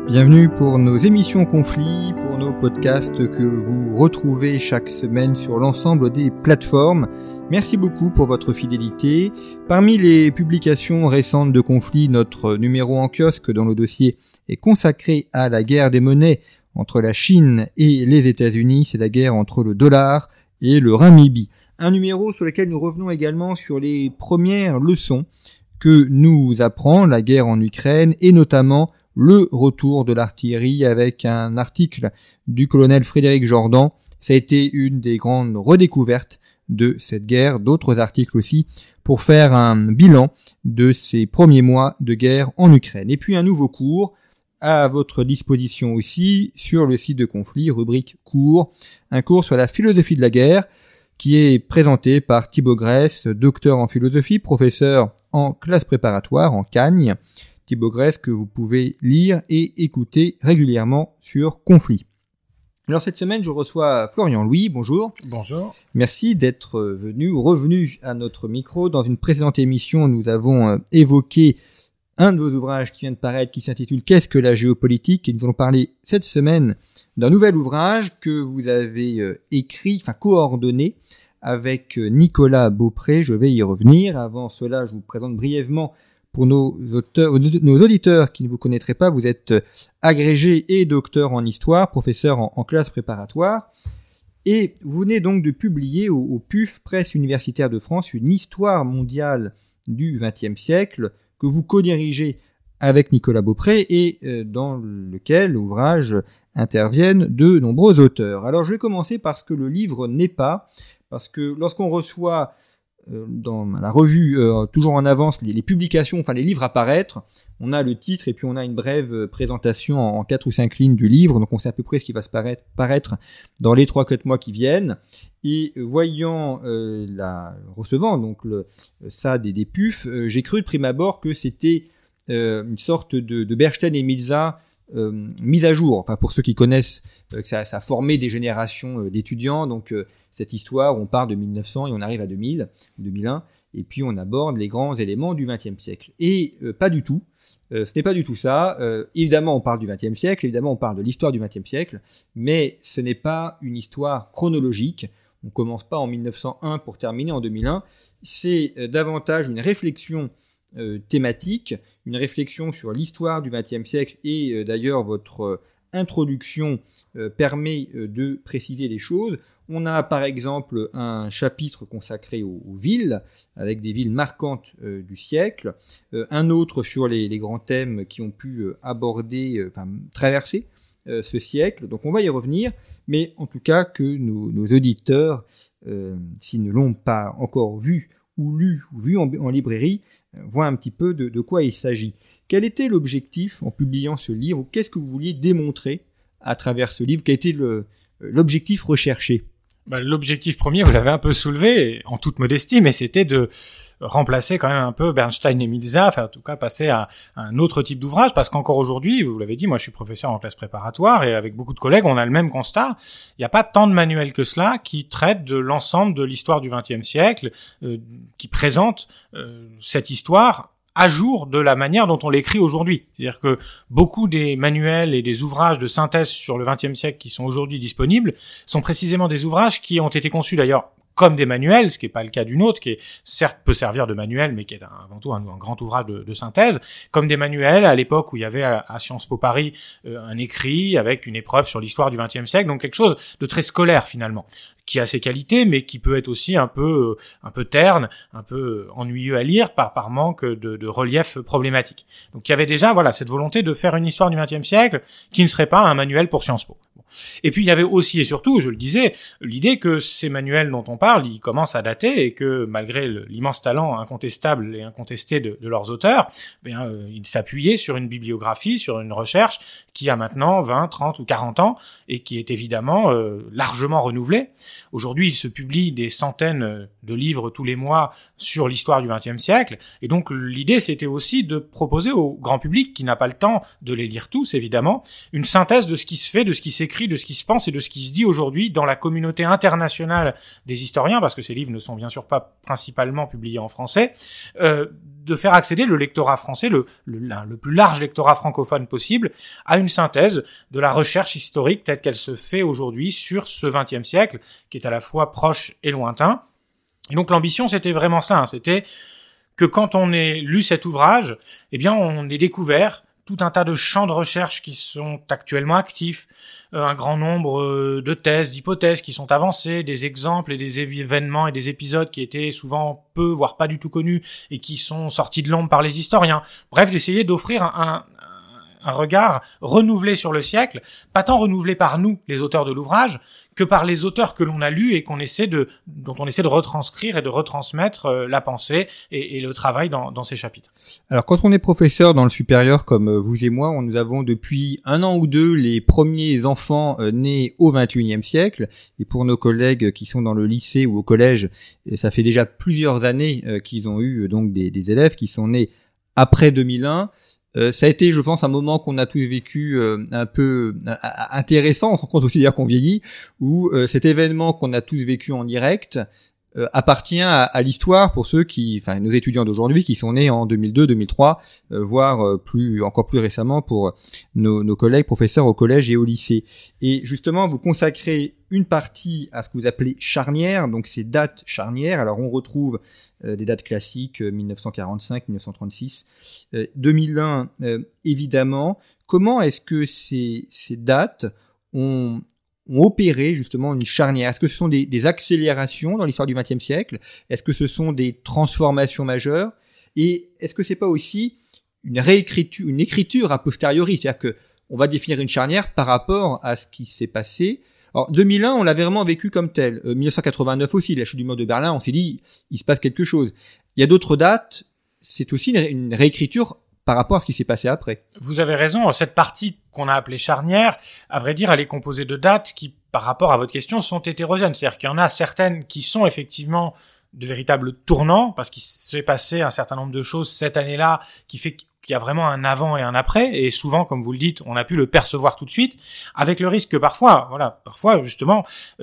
Bienvenue pour nos émissions conflits, pour nos podcasts que vous retrouvez chaque semaine sur l'ensemble des plateformes. Merci beaucoup pour votre fidélité. Parmi les publications récentes de conflits, notre numéro en kiosque dans le dossier est consacré à la guerre des monnaies entre la Chine et les États-Unis. C'est la guerre entre le dollar et le renminbi. Un numéro sur lequel nous revenons également sur les premières leçons que nous apprend la guerre en Ukraine et notamment le retour de l'artillerie avec un article du colonel Frédéric Jordan. Ça a été une des grandes redécouvertes de cette guerre, d'autres articles aussi, pour faire un bilan de ces premiers mois de guerre en Ukraine. Et puis un nouveau cours à votre disposition aussi sur le site de Conflit, rubrique cours, un cours sur la philosophie de la guerre qui est présenté par Thibaut Grèce, docteur en philosophie, professeur en classe préparatoire en Cagne. Thibaut Grèce que vous pouvez lire et écouter régulièrement sur Conflit. Alors cette semaine, je reçois Florian Louis. Bonjour. Bonjour. Merci d'être revenu à notre micro. Dans une précédente émission, nous avons évoqué un de vos ouvrages qui vient de paraître, qui s'intitule « Qu'est-ce que la géopolitique ?» et nous allons parler cette semaine d'un nouvel ouvrage que vous avez coordonné avec Nicolas Beaupré. Je vais y revenir. Avant cela, je vous présente brièvement pour nos auditeurs qui ne vous connaîtraient pas, vous êtes agrégé et docteur en histoire, professeur en classe préparatoire, et vous venez donc de publier au PUF, Presse universitaire de France, une histoire mondiale du XXe siècle que vous co-dirigez avec Nicolas Beaupré et dans lequel l'ouvrage interviennent de nombreux auteurs. Alors je vais commencer par ce que le livre n'est pas, parce que lorsqu'on reçoit dans la revue, toujours en avance, les publications, les livres à paraître, on a le titre et puis on a une brève présentation en 4 ou 5 lignes du livre, donc on sait à peu près ce qui va se paraître dans les 3-4 mois qui viennent. Et recevant donc ça des PUF, j'ai cru de prime abord que c'était une sorte de Bernstein et Milza mise à jour. Enfin, pour ceux qui connaissent, ça a formé des générations d'étudiants, donc cette histoire, on part de 1900 et on arrive à 2000, 2001, et puis on aborde les grands éléments du XXe siècle. Et pas du tout. Ce n'est pas du tout ça. Évidemment, on parle du XXe siècle, évidemment, on parle de l'histoire du XXe siècle, mais ce n'est pas une histoire chronologique. On commence pas en 1901 pour terminer en 2001. C'est davantage une réflexion thématique, une réflexion sur l'histoire du XXe siècle, et d'ailleurs votre introduction permet de préciser les choses. On a par exemple un chapitre consacré aux villes, avec des villes marquantes du siècle, un autre sur les grands thèmes qui ont pu traverser ce siècle. Donc on va y revenir, mais en tout cas que nos auditeurs, s'ils ne l'ont pas encore vu ou lu ou vu en librairie, voient un petit peu de quoi il s'agit. Quel était l'objectif en publiant ce livre, ou qu'est-ce que vous vouliez démontrer à travers ce livre? Quel était l'objectif recherché? L'objectif premier, vous l'avez un peu soulevé, en toute modestie, mais c'était de remplacer quand même un peu Bernstein et Milza, en tout cas passer à un autre type d'ouvrage, parce qu'encore aujourd'hui, vous l'avez dit, moi je suis professeur en classe préparatoire, et avec beaucoup de collègues, on a le même constat. Il n'y a pas tant de manuels que cela qui traitent de l'ensemble de l'histoire du XXe siècle, qui présentent cette histoire à jour de la manière dont on l'écrit aujourd'hui. C'est-à-dire que beaucoup des manuels et des ouvrages de synthèse sur le XXe siècle qui sont aujourd'hui disponibles sont précisément des ouvrages qui ont été conçus d'ailleurs comme des manuels, ce qui n'est pas le cas d'une autre, qui est certes peut servir de manuel, mais qui est avant tout un grand ouvrage de synthèse, comme des manuels à l'époque où il y avait à Sciences Po Paris un écrit avec une épreuve sur l'histoire du XXe siècle, donc quelque chose de très scolaire finalement, qui a ses qualités, mais qui peut être aussi un peu terne, un peu ennuyeux à lire par manque de relief problématique. Donc il y avait déjà cette volonté de faire une histoire du XXe siècle qui ne serait pas un manuel pour Sciences Po. Et puis il y avait aussi et surtout, je le disais, l'idée que ces manuels dont on parle, ils commencent à dater et que malgré l'immense talent incontestable et incontesté de leurs auteurs, ils s'appuyaient sur une bibliographie, sur une recherche qui a maintenant 20, 30 ou 40 ans et qui est évidemment largement renouvelée. Aujourd'hui, il se publie des centaines de livres tous les mois sur l'histoire du XXe siècle, et donc l'idée c'était aussi de proposer au grand public qui n'a pas le temps de les lire tous évidemment, une synthèse de ce qui se fait, de ce qui s'écrit écrit, de ce qui se pense et de ce qui se dit aujourd'hui dans la communauté internationale des historiens, parce que ces livres ne sont bien sûr pas principalement publiés en français, de faire accéder le lectorat français, le plus large lectorat francophone possible, à une synthèse de la recherche historique telle qu'elle se fait aujourd'hui sur ce XXe siècle, qui est à la fois proche et lointain. Et donc l'ambition, c'était vraiment cela, c'était que quand on ait lu cet ouvrage, eh bien on ait découvert tout un tas de champs de recherche qui sont actuellement actifs, un grand nombre de thèses, d'hypothèses qui sont avancées, des exemples et des événements et des épisodes qui étaient souvent peu, voire pas du tout connus, et qui sont sortis de l'ombre par les historiens. Bref, d'essayer d'offrir un regard renouvelé sur le siècle, pas tant renouvelé par nous, les auteurs de l'ouvrage, que par les auteurs que l'on a lus et dont on essaie de retranscrire et de retransmettre la pensée et le travail dans ces chapitres. Alors, quand on est professeur dans le supérieur comme vous et moi, nous avons depuis 1 an ou 2 les premiers enfants nés au XXIe siècle. Et pour nos collègues qui sont dans le lycée ou au collège, ça fait déjà plusieurs années qu'ils ont eu donc des élèves qui sont nés après 2001. Ça a été, je pense, un moment qu'on a tous vécu un peu intéressant, on se rend compte aussi d'ailleurs qu'on vieillit, où cet événement qu'on a tous vécu en direct appartient à l'histoire pour ceux nos étudiants d'aujourd'hui qui sont nés en 2002, 2003, voire encore plus récemment pour nos collègues professeurs au collège et au lycée. Et justement, vous consacrez une partie à ce que vous appelez charnière, donc ces dates charnières. Alors on retrouve des dates classiques, 1945, 1936, 2001 évidemment. Comment est-ce que ces dates ont opéré justement une charnière? Est-ce que ce sont des accélérations dans l'histoire du XXe siècle? Est-ce que ce sont des transformations majeures? Et est-ce que c'est pas aussi une écriture a posteriori? C'est-à-dire que on va définir une charnière par rapport à ce qui s'est passé. Alors 2001, on l'a vraiment vécu comme tel. 1989 aussi, la chute du mur de Berlin, on s'est dit il se passe quelque chose. Il y a d'autres dates, c'est aussi une réécriture par rapport à ce qui s'est passé après. Vous avez raison, cette partie qu'on a appelée charnière, à vrai dire, elle est composée de dates qui, par rapport à votre question, sont hétérogènes. C'est-à-dire qu'il y en a certaines qui sont effectivement de véritables tournants, parce qu'il s'est passé un certain nombre de choses cette année-là qui fait qu'il y a vraiment un avant et un après, et souvent, comme vous le dites, on a pu le percevoir tout de suite, avec le risque que parfois, justement,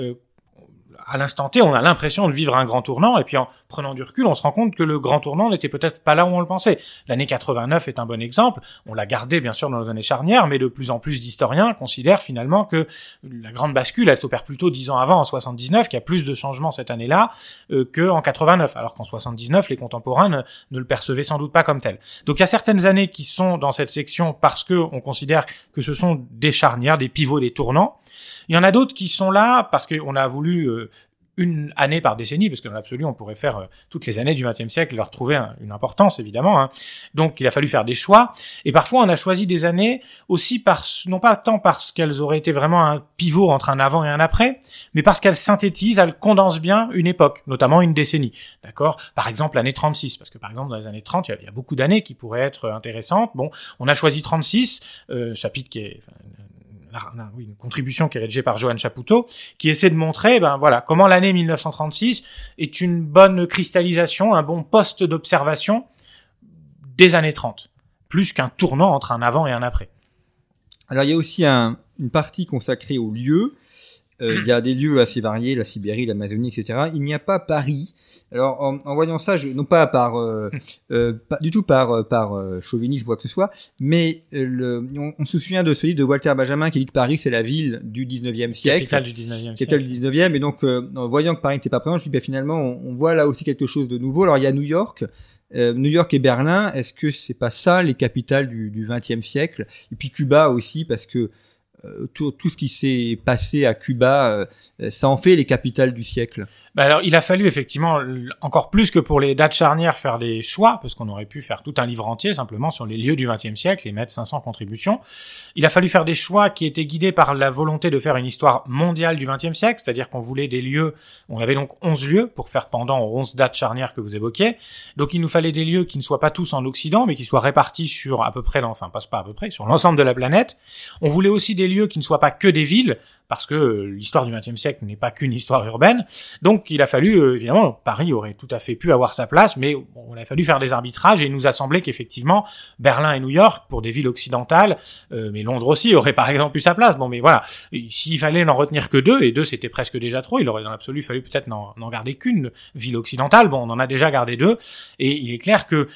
à l'instant T, on a l'impression de vivre un grand tournant, et puis en prenant du recul, on se rend compte que le grand tournant n'était peut-être pas là où on le pensait. L'année 89 est un bon exemple, on l'a gardé bien sûr dans les années charnières, mais de plus en plus d'historiens considèrent finalement que la grande bascule, elle s'opère plutôt 10 ans avant, en 79, qu'il y a plus de changements cette année-là qu'en 89, alors qu'en 79, les contemporains ne le percevaient sans doute pas comme tel. Donc il y a certaines années qui sont dans cette section parce que on considère que ce sont des charnières, des pivots, des tournants. Il y en a d'autres qui sont là parce qu'on a voulu une année par décennie, parce que dans l'absolu, on pourrait faire toutes les années du XXe siècle et leur trouver une importance, évidemment. Hein. Donc, il a fallu faire des choix. Et parfois, on a choisi des années aussi non pas tant parce qu'elles auraient été vraiment un pivot entre un avant et un après, mais parce qu'elles synthétisent, elles condensent bien une époque, notamment une décennie. D'accord ? Par exemple, l'année 36, parce que par exemple, dans les années 30, il y a beaucoup d'années qui pourraient être intéressantes. Bon, on a choisi 36, chapitre qui est... une contribution qui est rédigée par Johan Chapoutot, qui essaie de montrer, comment l'année 1936 est une bonne cristallisation, un bon poste d'observation des années 30, plus qu'un tournant entre un avant et un après. Alors il y a aussi une partie consacrée aux lieux. Il y a des lieux assez variés, la Sibérie, l'Amazonie, etc. Il n'y a pas Paris. Alors, en voyant ça, non pas pas du tout par chauvinisme ou quoi que ce soit, mais on se souvient de ce livre de Walter Benjamin qui dit que Paris c'est la ville du 19e siècle. Capitale du 19e siècle. Capitale du 19e. Et donc, en voyant que Paris n'était pas présent, je me dis, finalement, on voit là aussi quelque chose de nouveau. Alors, il y a New York et Berlin. Est-ce que c'est pas ça les capitales du 20e siècle? Et puis Cuba aussi, parce que tout ce qui s'est passé à Cuba, ça en fait les capitales du siècle. Alors, il a fallu effectivement, encore plus que pour les dates charnières, faire des choix, parce qu'on aurait pu faire tout un livre entier simplement sur les lieux du XXe siècle et mettre 500 contributions. Il a fallu faire des choix qui étaient guidés par la volonté de faire une histoire mondiale du XXe siècle, c'est-à-dire qu'on voulait des lieux, on avait donc 11 lieux pour faire pendant aux 11 dates charnières que vous évoquiez. Donc, il nous fallait des lieux qui ne soient pas tous en Occident, mais qui soient répartis sur sur l'ensemble de la planète. On voulait aussi des lieux lieux qui ne soient pas que des villes, parce que l'histoire du XXe siècle n'est pas qu'une histoire urbaine. Donc il a fallu, évidemment, Paris aurait tout à fait pu avoir sa place, mais on a fallu faire des arbitrages, et il nous a semblé qu'effectivement Berlin et New York, pour des villes occidentales, mais Londres aussi aurait par exemple eu sa place. Bon, mais voilà, s'il fallait n'en retenir que deux, et deux c'était presque déjà trop, il aurait dans l'absolu fallu peut-être n'en garder qu'une ville occidentale. Bon, on en a déjà gardé deux, et il est clair que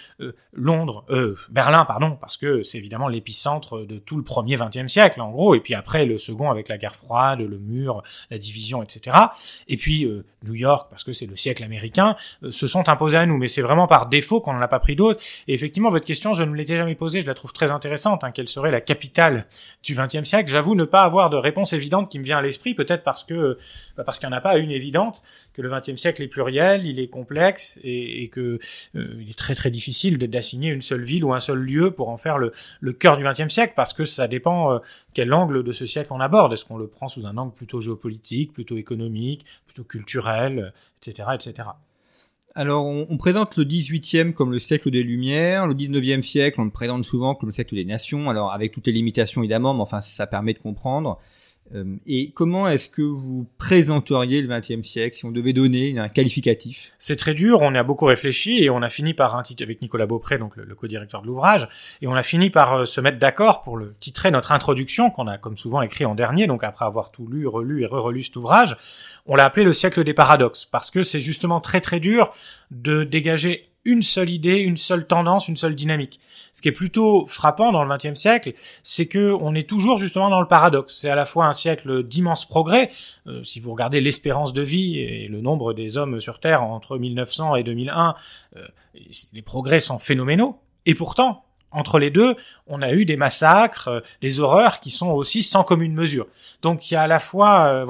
Berlin, parce que c'est évidemment l'épicentre de tout le premier XXe siècle, en gros, et puis après le second avec la guerre froide, le mur, la division, etc. Et puis New York, parce que c'est le siècle américain, se sont imposés à nous, mais c'est vraiment par défaut qu'on n'en a pas pris d'autres. Et effectivement, votre question, je ne me l'étais jamais posée, je la trouve très intéressante, quelle serait la capitale du XXe siècle. J'avoue ne pas avoir de réponse évidente qui me vient à l'esprit, peut-être parce qu'il n'y en a pas une évidente, que le XXe siècle est pluriel, il est complexe, et que il est très très difficile d'assigner une seule ville ou un seul lieu pour en faire le cœur du XXe siècle, parce que ça dépend quel angle de ce siècle on aborde. Est-ce qu'on le prend sous un angle plutôt géopolitique, plutôt économique, plutôt culturel, etc., etc. Alors, on présente le 18e comme le siècle des Lumières, le 19e siècle, on le présente souvent comme le siècle des nations, alors avec toutes les limitations évidemment, mais enfin ça permet de comprendre. Et comment est-ce que vous présenteriez le XXe siècle si on devait donner un qualificatif? C'est très dur, on y a beaucoup réfléchi et on a fini par avec Nicolas Beaupré, donc le co-directeur de l'ouvrage, et on a fini par se mettre d'accord pour le titrer notre introduction, qu'on a comme souvent écrit en dernier, donc après avoir tout lu, relu et re-relu cet ouvrage, on l'a appelé le siècle des paradoxes, parce que c'est justement très très dur de dégager une seule idée, une seule tendance, une seule dynamique. Ce qui est plutôt frappant dans le XXe siècle, c'est que on est toujours justement dans le paradoxe. C'est à la fois un siècle d'immenses progrès. Si vous regardez l'espérance de vie et le nombre des hommes sur Terre entre 1900 et 2001, les progrès sont phénoménaux. Et pourtant, entre les deux, on a eu des massacres, des horreurs qui sont aussi sans commune mesure. Donc il y a à la fois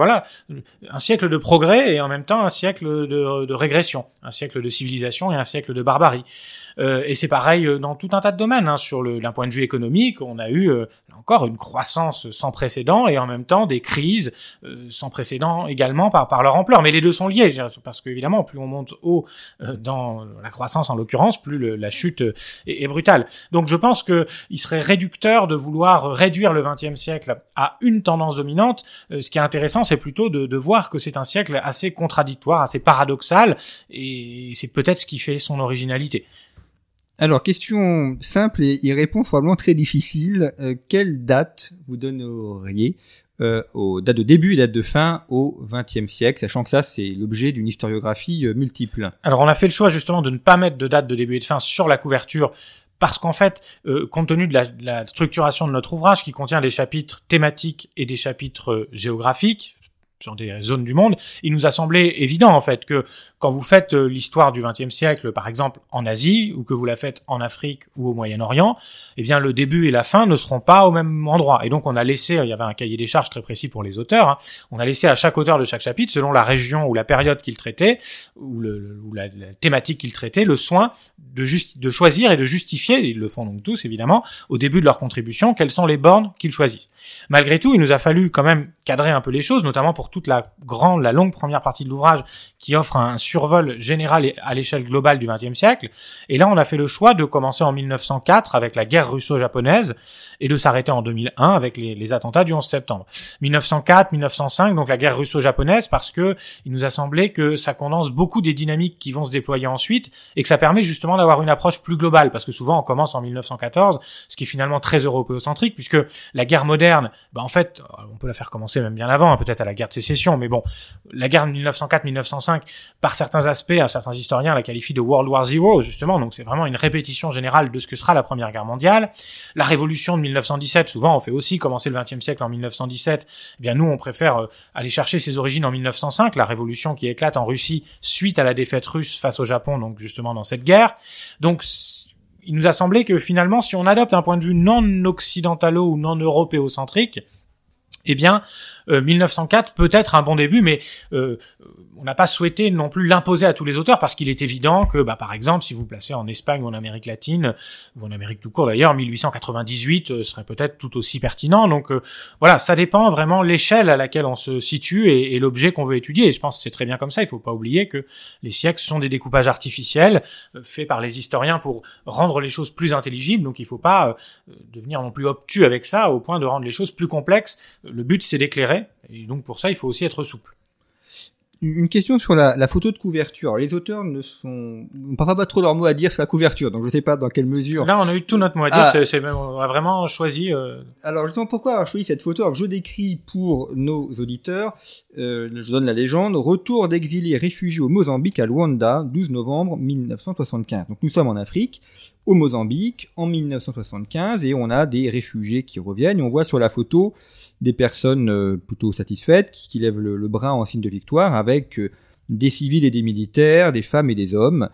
un siècle de progrès et en même temps un siècle de régression, un siècle de civilisation et un siècle de barbarie. Et c'est pareil dans tout un tas de domaines. D'un point de vue économique, on a eu encore une croissance sans précédent et en même temps des crises sans précédent également par leur ampleur. Mais les deux sont liés, parce qu'évidemment, plus on monte haut dans la croissance en l'occurrence, plus la chute est brutale. Donc je pense que il serait réducteur de vouloir réduire le XXe siècle à une tendance dominante. Ce qui est intéressant, c'est plutôt de voir que c'est un siècle assez contradictoire, assez paradoxal, et c'est peut-être ce qui fait son originalité. Alors, question simple et y répondre probablement très difficile. Quelle date vous donneriez aux dates de début et dates de fin au XXe siècle, sachant que ça, c'est l'objet d'une historiographie multiple? Alors, on a fait le choix justement de ne pas mettre de date de début et de fin sur la couverture, parce qu'en fait, compte tenu de la structuration de notre ouvrage, qui contient des chapitres thématiques et des chapitres géographiques, sur des zones du monde, il nous a semblé évident en fait que quand vous faites l'histoire du XXe siècle, par exemple en Asie, ou que vous la faites en Afrique ou au Moyen-Orient, eh bien le début et la fin ne seront pas au même endroit. Et donc on a laissé, il y avait un cahier des charges très précis pour les auteurs, on a laissé à chaque auteur de chaque chapitre, selon la région ou la période qu'il traitait, ou la thématique qu'il traitait, le soin de choisir et de justifier, ils le font donc tous évidemment, au début de leur contribution, quelles sont les bornes qu'ils choisissent. Malgré tout, il nous a fallu quand même cadrer un peu les choses, notamment pour toute la longue première partie de l'ouvrage qui offre un survol général à l'échelle globale du XXe siècle. Et là, on a fait le choix de commencer en 1904 avec la guerre russo-japonaise et de s'arrêter en 2001 avec les attentats du 11 septembre. 1904, 1905, donc la guerre russo-japonaise, parce que il nous a semblé que ça condense beaucoup des dynamiques qui vont se déployer ensuite et que ça permet justement d'avoir une approche plus globale, parce que souvent on commence en 1914, ce qui est finalement très européocentrique, puisque la guerre moderne, en fait, on peut la faire commencer même bien avant, peut-être à la guerre de sécession, mais bon, la guerre de 1904-1905, par certains aspects, certains historiens la qualifient de World War Zero, justement, donc c'est vraiment une répétition générale de ce que sera la Première Guerre mondiale. La révolution de 1917, souvent on fait aussi commencer le XXe siècle en 1917, eh bien nous on préfère aller chercher ses origines en 1905, la révolution qui éclate en Russie suite à la défaite russe face au Japon, donc justement dans cette guerre. Donc il nous a semblé que finalement, si on adopte un point de vue non occidentalo ou non européocentrique, Eh bien, 1904 peut être un bon début, mais on n'a pas souhaité non plus l'imposer à tous les auteurs, parce qu'il est évident que, par exemple, si vous placez en Espagne ou en Amérique latine, ou en Amérique tout court d'ailleurs, 1898 serait peut-être tout aussi pertinent. Donc voilà, ça dépend vraiment l'échelle à laquelle on se situe et l'objet qu'on veut étudier. Et je pense que c'est très bien comme ça. Il faut pas oublier que les siècles sont des découpages artificiels faits par les historiens pour rendre les choses plus intelligibles. Donc il faut pas devenir non plus obtus avec ça au point de rendre les choses plus complexes. Le but, c'est d'éclairer, et donc pour ça, il faut aussi être souple. Une question sur la photo de couverture. Alors, les auteurs n'ont parfois pas trop leur mot à dire sur la couverture, donc je ne sais pas dans quelle mesure. Là, on a eu tout notre mot à dire, on a vraiment choisi... Alors, justement, pourquoi avoir choisi cette photo? Alors, je décris pour nos auditeurs, je donne la légende, retour d'exilés réfugiés au Mozambique à Luanda, 12 novembre 1975. Donc, nous sommes en Afrique, au Mozambique, en 1975, et on a des réfugiés qui reviennent, et on voit sur la photo des personnes plutôt satisfaites qui lèvent le bras en signe de victoire, avec des civils et des militaires, des femmes et des hommes.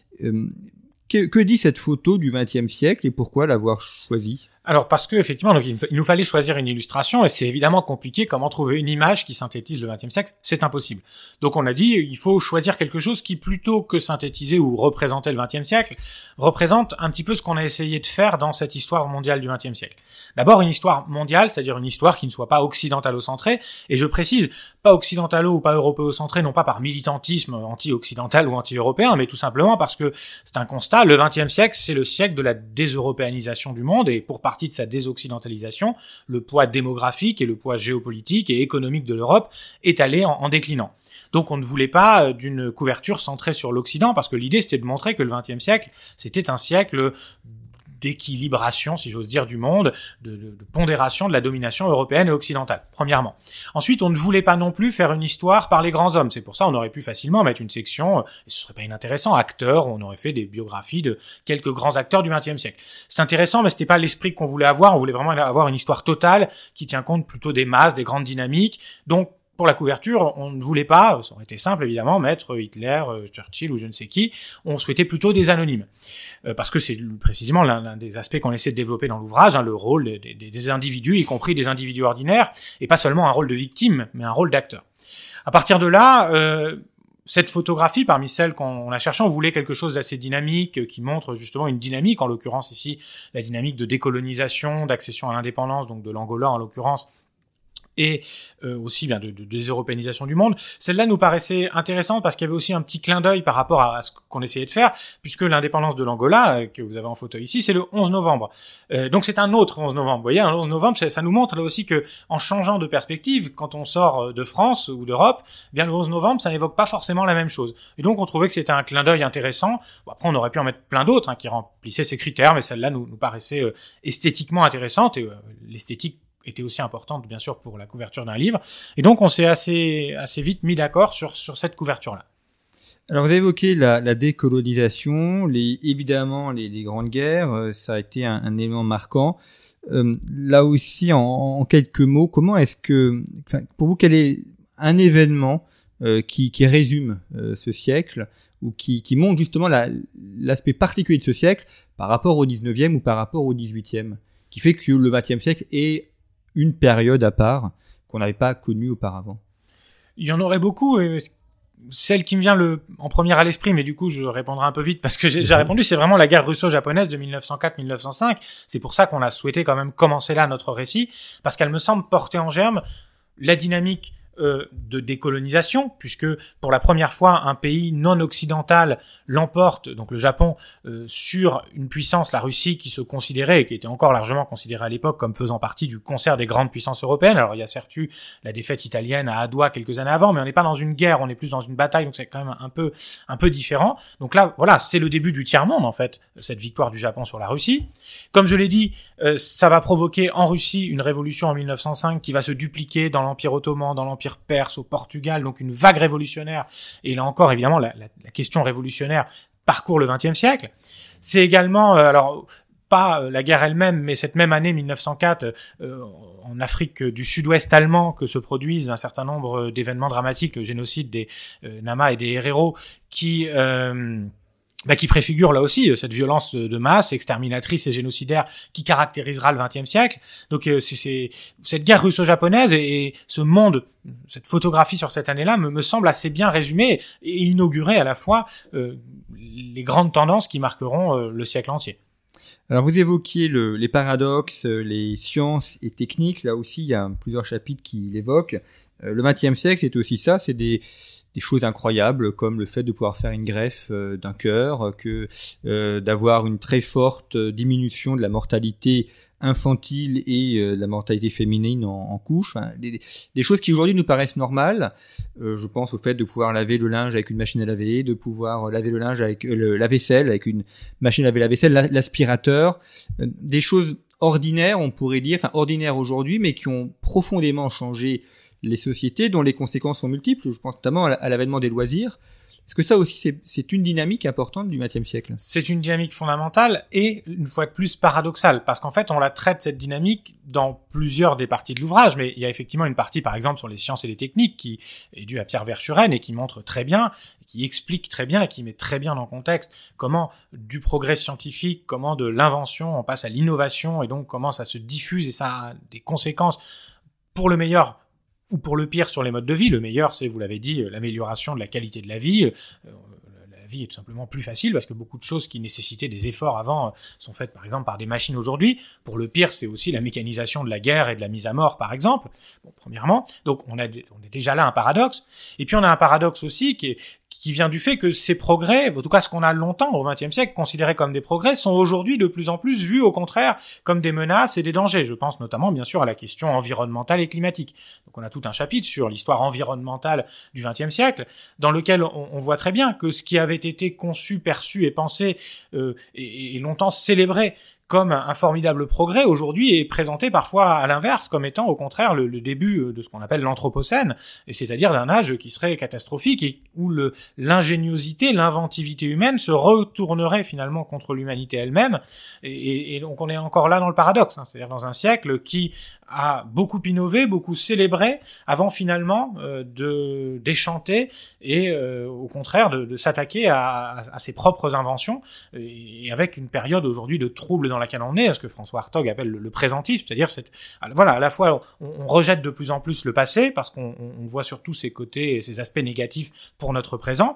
Que dit cette photo du XXe siècle et pourquoi l'avoir choisie? Alors parce que effectivement, donc il nous fallait choisir une illustration et c'est évidemment compliqué. Comment trouver une image qui synthétise le XXe siècle? C'est impossible. Donc on a dit il faut choisir quelque chose qui, plutôt que synthétiser ou représenter le XXe siècle, représente un petit peu ce qu'on a essayé de faire dans cette histoire mondiale du XXe siècle. D'abord une histoire mondiale, c'est-à-dire une histoire qui ne soit pas occidentalo-centrée. Et je précise, pas occidentalo ou pas européo-centrée, non pas par militantisme anti-occidental ou anti-européen, mais tout simplement parce que c'est un constat. Le XXe siècle, c'est le siècle de la déseuropéanisation du monde, et pour partie de sa désoccidentalisation, le poids démographique et le poids géopolitique et économique de l'Europe est allé en déclinant. Donc on ne voulait pas d'une couverture centrée sur l'Occident, parce que l'idée c'était de montrer que le XXe siècle, c'était un siècle d'équilibration, si j'ose dire, du monde, de pondération de la domination européenne et occidentale, premièrement. Ensuite, on ne voulait pas non plus faire une histoire par les grands hommes. C'est pour ça on aurait pu facilement mettre une section, et ce serait pas inintéressant, acteurs, où on aurait fait des biographies de quelques grands acteurs du XXe siècle. C'est intéressant, mais c'était pas l'esprit qu'on voulait avoir. On voulait vraiment avoir une histoire totale qui tient compte plutôt des masses, des grandes dynamiques. Donc, pour la couverture, on ne voulait pas, ça aurait été simple évidemment, mettre Hitler, Churchill ou je ne sais qui. On souhaitait plutôt des anonymes. Parce que c'est précisément l'un des aspects qu'on essaie de développer dans l'ouvrage, le rôle des individus, y compris des individus ordinaires, et pas seulement un rôle de victime, mais un rôle d'acteur. À partir de là, cette photographie, parmi celles qu'on a cherchées, on voulait quelque chose d'assez dynamique, qui montre justement une dynamique, en l'occurrence ici, la dynamique de décolonisation, d'accession à l'indépendance, donc de l'Angola en l'occurrence, et aussi bien de déseuropéanisation du monde. Celle-là nous paraissait intéressante parce qu'il y avait aussi un petit clin d'œil par rapport à ce qu'on essayait de faire, puisque l'indépendance de l'Angola, que vous avez en photo ici, c'est le 11 novembre. Donc c'est un autre 11 novembre. Vous voyez, un 11 novembre, ça nous montre là aussi que, en changeant de perspective, quand on sort de France ou d'Europe, bien le 11 novembre, ça n'évoque pas forcément la même chose. Et donc on trouvait que c'était un clin d'œil intéressant. Bon, après on aurait pu en mettre plein d'autres qui remplissaient ces critères, mais celle-là nous paraissait esthétiquement intéressante, et l'esthétique était aussi importante, bien sûr, pour la couverture d'un livre. Et donc, on s'est assez vite mis d'accord sur cette couverture-là. Alors, vous avez évoqué la décolonisation, évidemment, les grandes guerres, ça a été un élément marquant. Là aussi, en quelques mots, comment est-ce que, pour vous, quel est un événement qui résume ce siècle, ou qui montre justement l'aspect particulier de ce siècle par rapport au 19e ou par rapport au 18e, qui fait que le 20e siècle est une période à part qu'on n'avait pas connue auparavant? Il y en aurait beaucoup. Celle qui me vient en première à l'esprit, mais du coup je répondrai un peu vite parce que j'ai répondu, c'est vraiment la guerre russo-japonaise de 1904-1905. C'est pour ça qu'on a souhaité quand même commencer là notre récit, parce qu'elle me semble porter en germe la dynamique de décolonisation, puisque pour la première fois un pays non occidental l'emporte, donc le Japon, sur une puissance, la Russie, qui se considérait, et qui était encore largement considérée à l'époque comme faisant partie du concert des grandes puissances européennes. Alors il y a certes eu la défaite italienne à Adwa quelques années avant, mais on n'est pas dans une guerre, on est plus dans une bataille, donc c'est quand même un peu différent. Donc là, voilà, c'est le début du tiers-monde en fait, cette victoire du Japon sur la Russie. Comme je l'ai dit, ça va provoquer en Russie une révolution en 1905 qui va se dupliquer dans l'Empire ottoman, dans l'Empire perse, au Portugal, donc une vague révolutionnaire. Et là encore, évidemment, la question révolutionnaire parcourt le XXe siècle. C'est également, alors pas la guerre elle-même, mais cette même année 1904, en Afrique du Sud-Ouest allemand, que se produisent un certain nombre d'événements dramatiques, le génocide des Nama et des Herero, qui qui préfigure là aussi cette violence de masse exterminatrice et génocidaire qui caractérisera le XXe siècle. Donc c'est cette guerre russo-japonaise et ce monde, cette photographie sur cette année-là me semble assez bien résumée et inaugurer à la fois les grandes tendances qui marqueront le siècle entier. Alors vous évoquiez les paradoxes, les sciences et techniques. Là aussi, il y a plusieurs chapitres qui l'évoquent. Le XXe siècle, c'est aussi ça, c'est des choses incroyables comme le fait de pouvoir faire une greffe d'un cœur, que d'avoir une très forte diminution de la mortalité infantile et de la mortalité féminine en couche, enfin, des choses qui aujourd'hui nous paraissent normales. Je pense au fait de pouvoir laver le linge avec une machine à laver, de pouvoir laver le linge avec la vaisselle avec une machine à laver la vaisselle, l'aspirateur, des choses ordinaires, on pourrait dire, enfin ordinaires aujourd'hui, mais qui ont profondément changé les sociétés, dont les conséquences sont multiples. Je pense notamment à l'avènement des loisirs. Est-ce que ça aussi, c'est une dynamique importante du XXe siècle ? C'est une dynamique fondamentale et, une fois de plus, paradoxale. Parce qu'en fait, on la traite, cette dynamique, dans plusieurs des parties de l'ouvrage. Mais il y a effectivement une partie, par exemple, sur les sciences et les techniques, qui est due à Pierre Verschuren et qui montre très bien, qui explique très bien et qui met très bien dans le contexte comment du progrès scientifique, comment de l'invention, on passe à l'innovation et donc comment ça se diffuse et ça a des conséquences pour le meilleur ou pour le pire sur les modes de vie. Le meilleur, c'est, vous l'avez dit, l'amélioration de la qualité de la vie. La vie est tout simplement plus facile parce que beaucoup de choses qui nécessitaient des efforts avant sont faites par exemple par des machines aujourd'hui. Pour le pire, c'est aussi la mécanisation de la guerre et de la mise à mort par exemple. Bon, premièrement, donc on est déjà là un paradoxe. Et puis on a un paradoxe aussi qui vient du fait que ces progrès, en tout cas ce qu'on a longtemps au XXe siècle considérés comme des progrès, sont aujourd'hui de plus en plus vus au contraire comme des menaces et des dangers. Je pense notamment bien sûr à la question environnementale et climatique. Donc on a tout un chapitre sur l'histoire environnementale du XXe siècle, dans lequel on voit très bien que ce qui avait été conçu, perçu et pensé et longtemps célébré comme un formidable progrès, aujourd'hui est présenté parfois à l'inverse, comme étant au contraire le début de ce qu'on appelle l'anthropocène, et c'est-à-dire d'un âge qui serait catastrophique et où l'ingéniosité, l'inventivité humaine se retournerait finalement contre l'humanité elle-même, et donc on est encore là dans le paradoxe, hein, c'est-à-dire dans un siècle qui a beaucoup innové, beaucoup célébré, avant finalement de déchanter et au contraire de s'attaquer à ses propres inventions, et avec une période aujourd'hui de trouble dans laquelle on est, ce que François Hartog appelle le présentisme, c'est-à-dire voilà, à la fois on rejette de plus en plus le passé parce qu'on voit surtout ses côtés et ses aspects négatifs pour notre présent.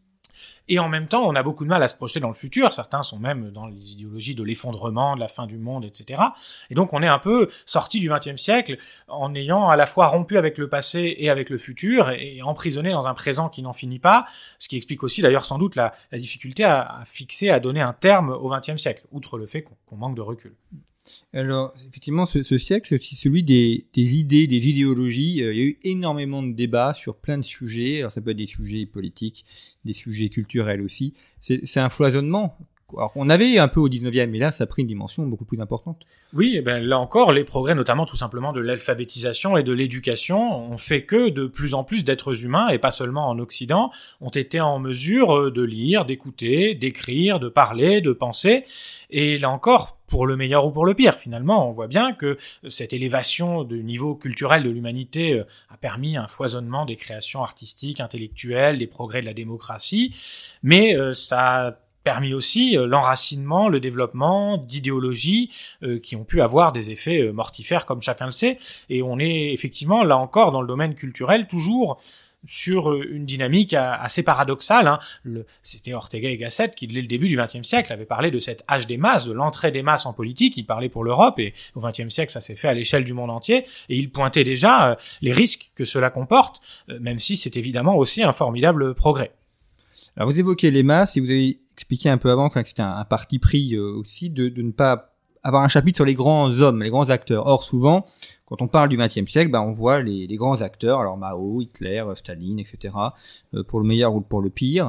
Et en même temps, on a beaucoup de mal à se projeter dans le futur. Certains sont même dans les idéologies de l'effondrement, de la fin du monde, etc. Et donc, on est un peu sorti du XXe siècle en ayant à la fois rompu avec le passé et avec le futur et emprisonné dans un présent qui n'en finit pas. Ce qui explique aussi, d'ailleurs, sans doute la difficulté à fixer, à donner un terme au XXe siècle, outre le fait qu'on manque de recul. Alors, effectivement, ce siècle, c'est aussi celui des idées, des idéologies. Il y a eu énormément de débats sur plein de sujets. Alors, ça peut être des sujets politiques, des sujets culturels aussi. C'est un foisonnement. Alors, on avait un peu au 19e, mais là, ça a pris une dimension beaucoup plus importante. Oui, et ben là encore, les progrès, notamment tout simplement de l'alphabétisation et de l'éducation, ont fait que de plus en plus d'êtres humains, et pas seulement en Occident, ont été en mesure de lire, d'écouter, d'écrire, de parler, de penser. Et là encore, pour le meilleur ou pour le pire, finalement, on voit bien que cette élévation du niveau culturel de l'humanité a permis un foisonnement des créations artistiques, intellectuelles, des progrès de la démocratie, mais ça a permis aussi l'enracinement, le développement d'idéologies qui ont pu avoir des effets mortifères, comme chacun le sait. Et on est effectivement, là encore, dans le domaine culturel, toujours sur une dynamique assez paradoxale. Hein. C'était Ortega y Gasset qui, dès le début du XXe siècle, avait parlé de cet âge des masses, de l'entrée des masses en politique. Il parlait pour l'Europe, et au XXe siècle, ça s'est fait à l'échelle du monde entier. Et il pointait déjà les risques que cela comporte, même si c'est évidemment aussi un formidable progrès. Alors, vous évoquez les masses, et vous avez expliqué un peu avant, que c'était un parti pris aussi de ne pas avoir un chapitre sur les grands hommes, les grands acteurs. Or, souvent, quand on parle du XXe siècle, on voit les grands acteurs, alors Mao, Hitler, Staline, etc., pour le meilleur ou pour le pire.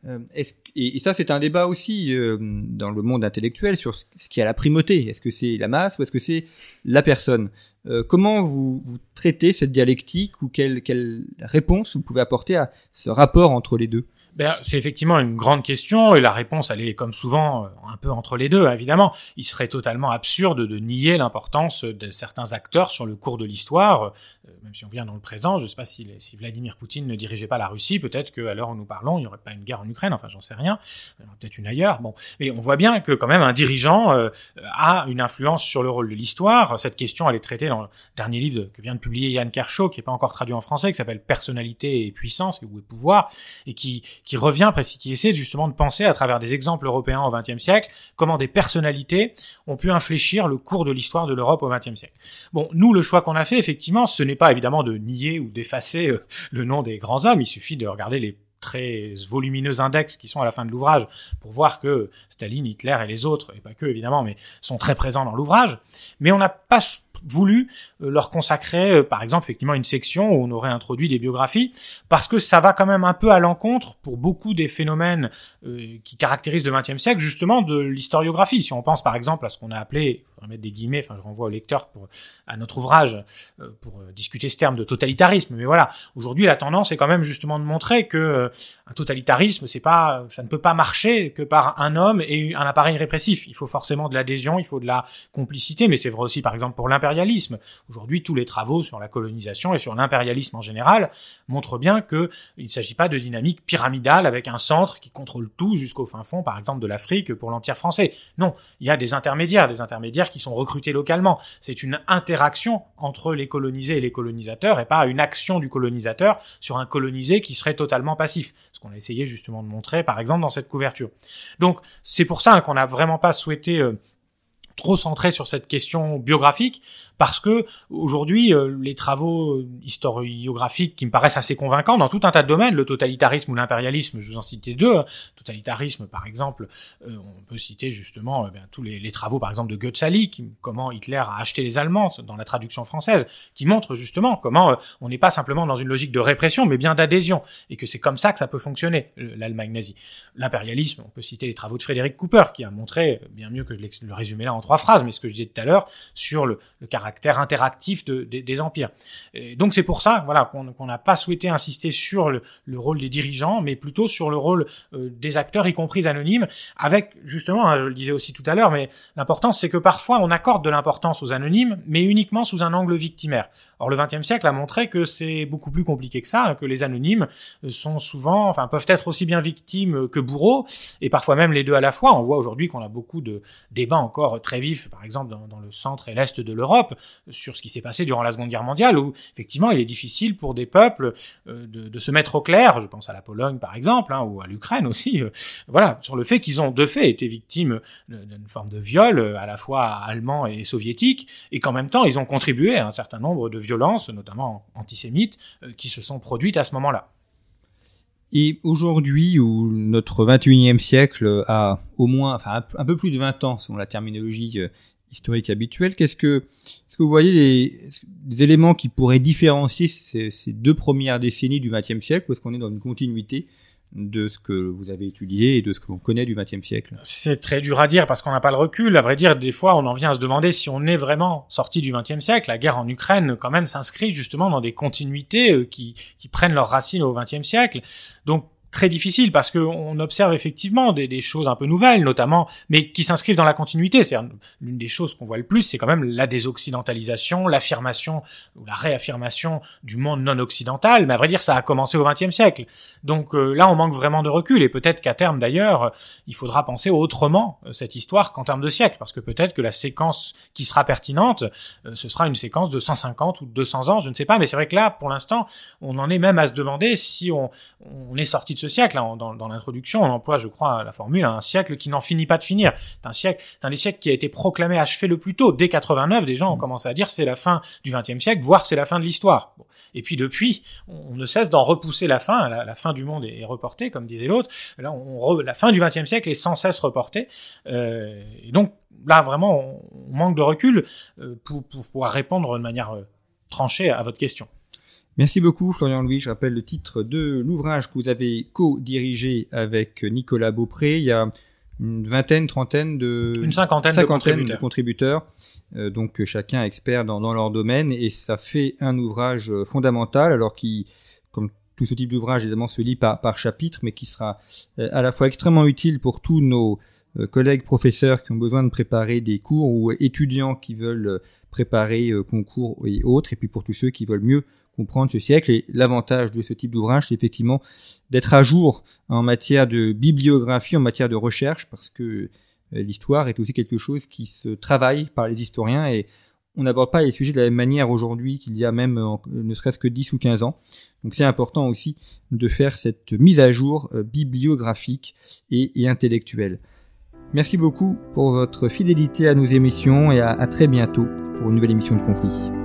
Et ça, c'est un débat aussi dans le monde intellectuel sur ce qui a la primauté. Est-ce que c'est la masse ou est-ce que c'est la personne ? Comment vous traitez cette dialectique, ou quelle réponse vous pouvez apporter à ce rapport entre les deux ? C'est effectivement une grande question et la réponse, elle est comme souvent un peu entre les deux, évidemment. Il serait totalement absurde de nier l'importance de certains acteurs sur le cours de l'histoire, même si on vient dans le présent. Je ne sais pas si Vladimir Poutine ne dirigeait pas la Russie, peut-être qu'à l'heure où nous parlons, il n'y aurait pas une guerre en Ukraine, enfin j'en sais rien, peut-être une ailleurs. Bon, mais on voit bien que quand même un dirigeant a une influence sur le rôle de l'histoire. Cette question, elle est traitée dans le dernier livre que vient de publier Yann Kershaw, qui n'est pas encore traduit en français, qui s'appelle Personnalité et puissance, ou pouvoir, et qui essaie justement de penser à travers des exemples européens au XXe siècle, comment des personnalités ont pu infléchir le cours de l'histoire de l'Europe au XXe siècle. Bon, nous, le choix qu'on a fait, effectivement, ce n'est pas évidemment de nier ou d'effacer le nom des grands hommes, il suffit de regarder les très volumineux index qui sont à la fin de l'ouvrage pour voir que Staline, Hitler et les autres, et pas que évidemment, mais sont très présents dans l'ouvrage. Mais on n'a pas voulu leur consacrer, par exemple, effectivement, une section où on aurait introduit des biographies, parce que ça va quand même un peu à l'encontre, pour beaucoup des phénomènes qui caractérisent le XXe siècle, justement, de l'historiographie. Si on pense, par exemple, à ce qu'on a appelé, il faudrait mettre des guillemets, enfin, je renvoie au lecteur à notre ouvrage, pour discuter ce terme de totalitarisme. Mais voilà, aujourd'hui, la tendance est quand même justement de montrer que un totalitarisme, ça ne peut pas marcher que par un homme et un appareil répressif. Il faut forcément de l'adhésion, il faut de la complicité, mais c'est vrai aussi, par exemple, pour l'impérialisme. Aujourd'hui, tous les travaux sur la colonisation et sur l'impérialisme en général montrent bien que il ne s'agit pas de dynamique pyramidale avec un centre qui contrôle tout jusqu'au fin fond, par exemple, de l'Afrique pour l'Empire français. Non, il y a des intermédiaires qui sont recrutés localement. C'est une interaction entre les colonisés et les colonisateurs et pas une action du colonisateur sur un colonisé qui serait totalement passif. Ce qu'on a essayé justement de montrer, par exemple, dans cette couverture. Donc, c'est pour ça qu'on n'a vraiment pas souhaité trop centré sur cette question biographique, parce que aujourd'hui les travaux historiographiques qui me paraissent assez convaincants dans tout un tas de domaines, le totalitarisme ou l'impérialisme, je vous en citais deux. Totalitarisme, par exemple, on peut citer justement tous les travaux, par exemple, de Goethali, comment Hitler a acheté les Allemands dans la traduction française, qui montrent justement comment on n'est pas simplement dans une logique de répression, mais bien d'adhésion, et que c'est comme ça que ça peut fonctionner, l'Allemagne nazie. L'impérialisme, on peut citer les travaux de Frédéric Cooper, qui a montré, bien mieux que je le résumé là en 3 phrases, mais ce que je disais tout à l'heure, sur le caractère interactif des empires. Et donc c'est pour ça, voilà, qu'on n'a pas souhaité insister sur le rôle des dirigeants, mais plutôt sur le rôle des acteurs, y compris anonymes, avec justement, je le disais aussi tout à l'heure, mais l'importance, c'est que parfois on accorde de l'importance aux anonymes, mais uniquement sous un angle victimaire. Or le XXe siècle a montré que c'est beaucoup plus compliqué que ça, que les anonymes peuvent être aussi bien victimes que bourreaux, et parfois même les deux à la fois. On voit aujourd'hui qu'on a beaucoup de débats encore très vifs, par exemple dans le centre et l'est de l'Europe, sur ce qui s'est passé durant la Seconde Guerre mondiale, où effectivement il est difficile pour des peuples de se mettre au clair. Je pense à la Pologne par exemple, ou à l'Ukraine aussi, sur le fait qu'ils ont de fait été victimes d'une forme de viol à la fois allemand et soviétique, et qu'en même temps ils ont contribué à un certain nombre de violences, notamment antisémites, qui se sont produites à ce moment-là. Et aujourd'hui, où notre 21e siècle a au moins, un peu plus de 20 ans, selon la terminologie historique habituelle, est-ce que vous voyez des éléments qui pourraient différencier ces 2 premières décennies du 20e siècle, ou est-ce qu'on est dans une continuité de ce que vous avez étudié et de ce que l'on connaît du XXe siècle? C'est très dur à dire parce qu'on n'a pas le recul. À vrai dire, des fois, on en vient à se demander si on est vraiment sorti du XXe siècle. La guerre en Ukraine, quand même, s'inscrit justement dans des continuités qui prennent leurs racines au XXe siècle. Donc, très difficile parce que on observe effectivement des choses un peu nouvelles, notamment, mais qui s'inscrivent dans la continuité. C'est-à-dire, l'une des choses qu'on voit le plus, c'est quand même la désoccidentalisation, l'affirmation ou la réaffirmation du monde non occidental. Mais à vrai dire, ça a commencé au XXe siècle. Donc là, on manque vraiment de recul, et peut-être qu'à terme, d'ailleurs, il faudra penser autrement cette histoire qu'en termes de siècle, parce que peut-être que la séquence qui sera pertinente, ce sera une séquence de 150 ou 200 ans, je ne sais pas. Mais c'est vrai que là, pour l'instant, on en est même à se demander si on est sorti de ce siècle. Dans l'introduction, on emploie, je crois, la formule, un siècle qui n'en finit pas de finir. C'est un des siècles qui a été proclamé achevé le plus tôt. Dès 89, des gens ont commencé à dire c'est la fin du XXe siècle, voire c'est la fin de l'histoire. Bon. Et puis depuis, on ne cesse d'en repousser la fin. La fin du monde est reportée, comme disait l'autre. Là, la fin du XXe siècle est sans cesse reportée. Et donc là, vraiment, on manque de recul pour pouvoir répondre de manière tranchée à votre question. Merci beaucoup Florian Louis. Je rappelle le titre de l'ouvrage que vous avez co-dirigé avec Nicolas Beaupré. Il y a une cinquantaine de contributeurs. Donc chacun expert dans leur domaine, et ça fait un ouvrage fondamental, alors qui, comme Tout ce type d'ouvrage, évidemment, se lit par chapitre, mais qui sera à la fois extrêmement utile pour tous nos collègues professeurs qui ont besoin de préparer des cours ou étudiants qui veulent préparer concours et autres, et puis pour tous ceux qui veulent mieux comprendre ce siècle. Et l'avantage de ce type d'ouvrage, c'est effectivement d'être à jour en matière de bibliographie, en matière de recherche, parce que l'histoire est aussi quelque chose qui se travaille par les historiens, et on n'aborde pas les sujets de la même manière aujourd'hui qu'il y a même ne serait-ce que 10 ou 15 ans. Donc c'est important aussi de faire cette mise à jour bibliographique et intellectuelle. Merci beaucoup pour votre fidélité à nos émissions et à très bientôt pour une nouvelle émission de Conflit.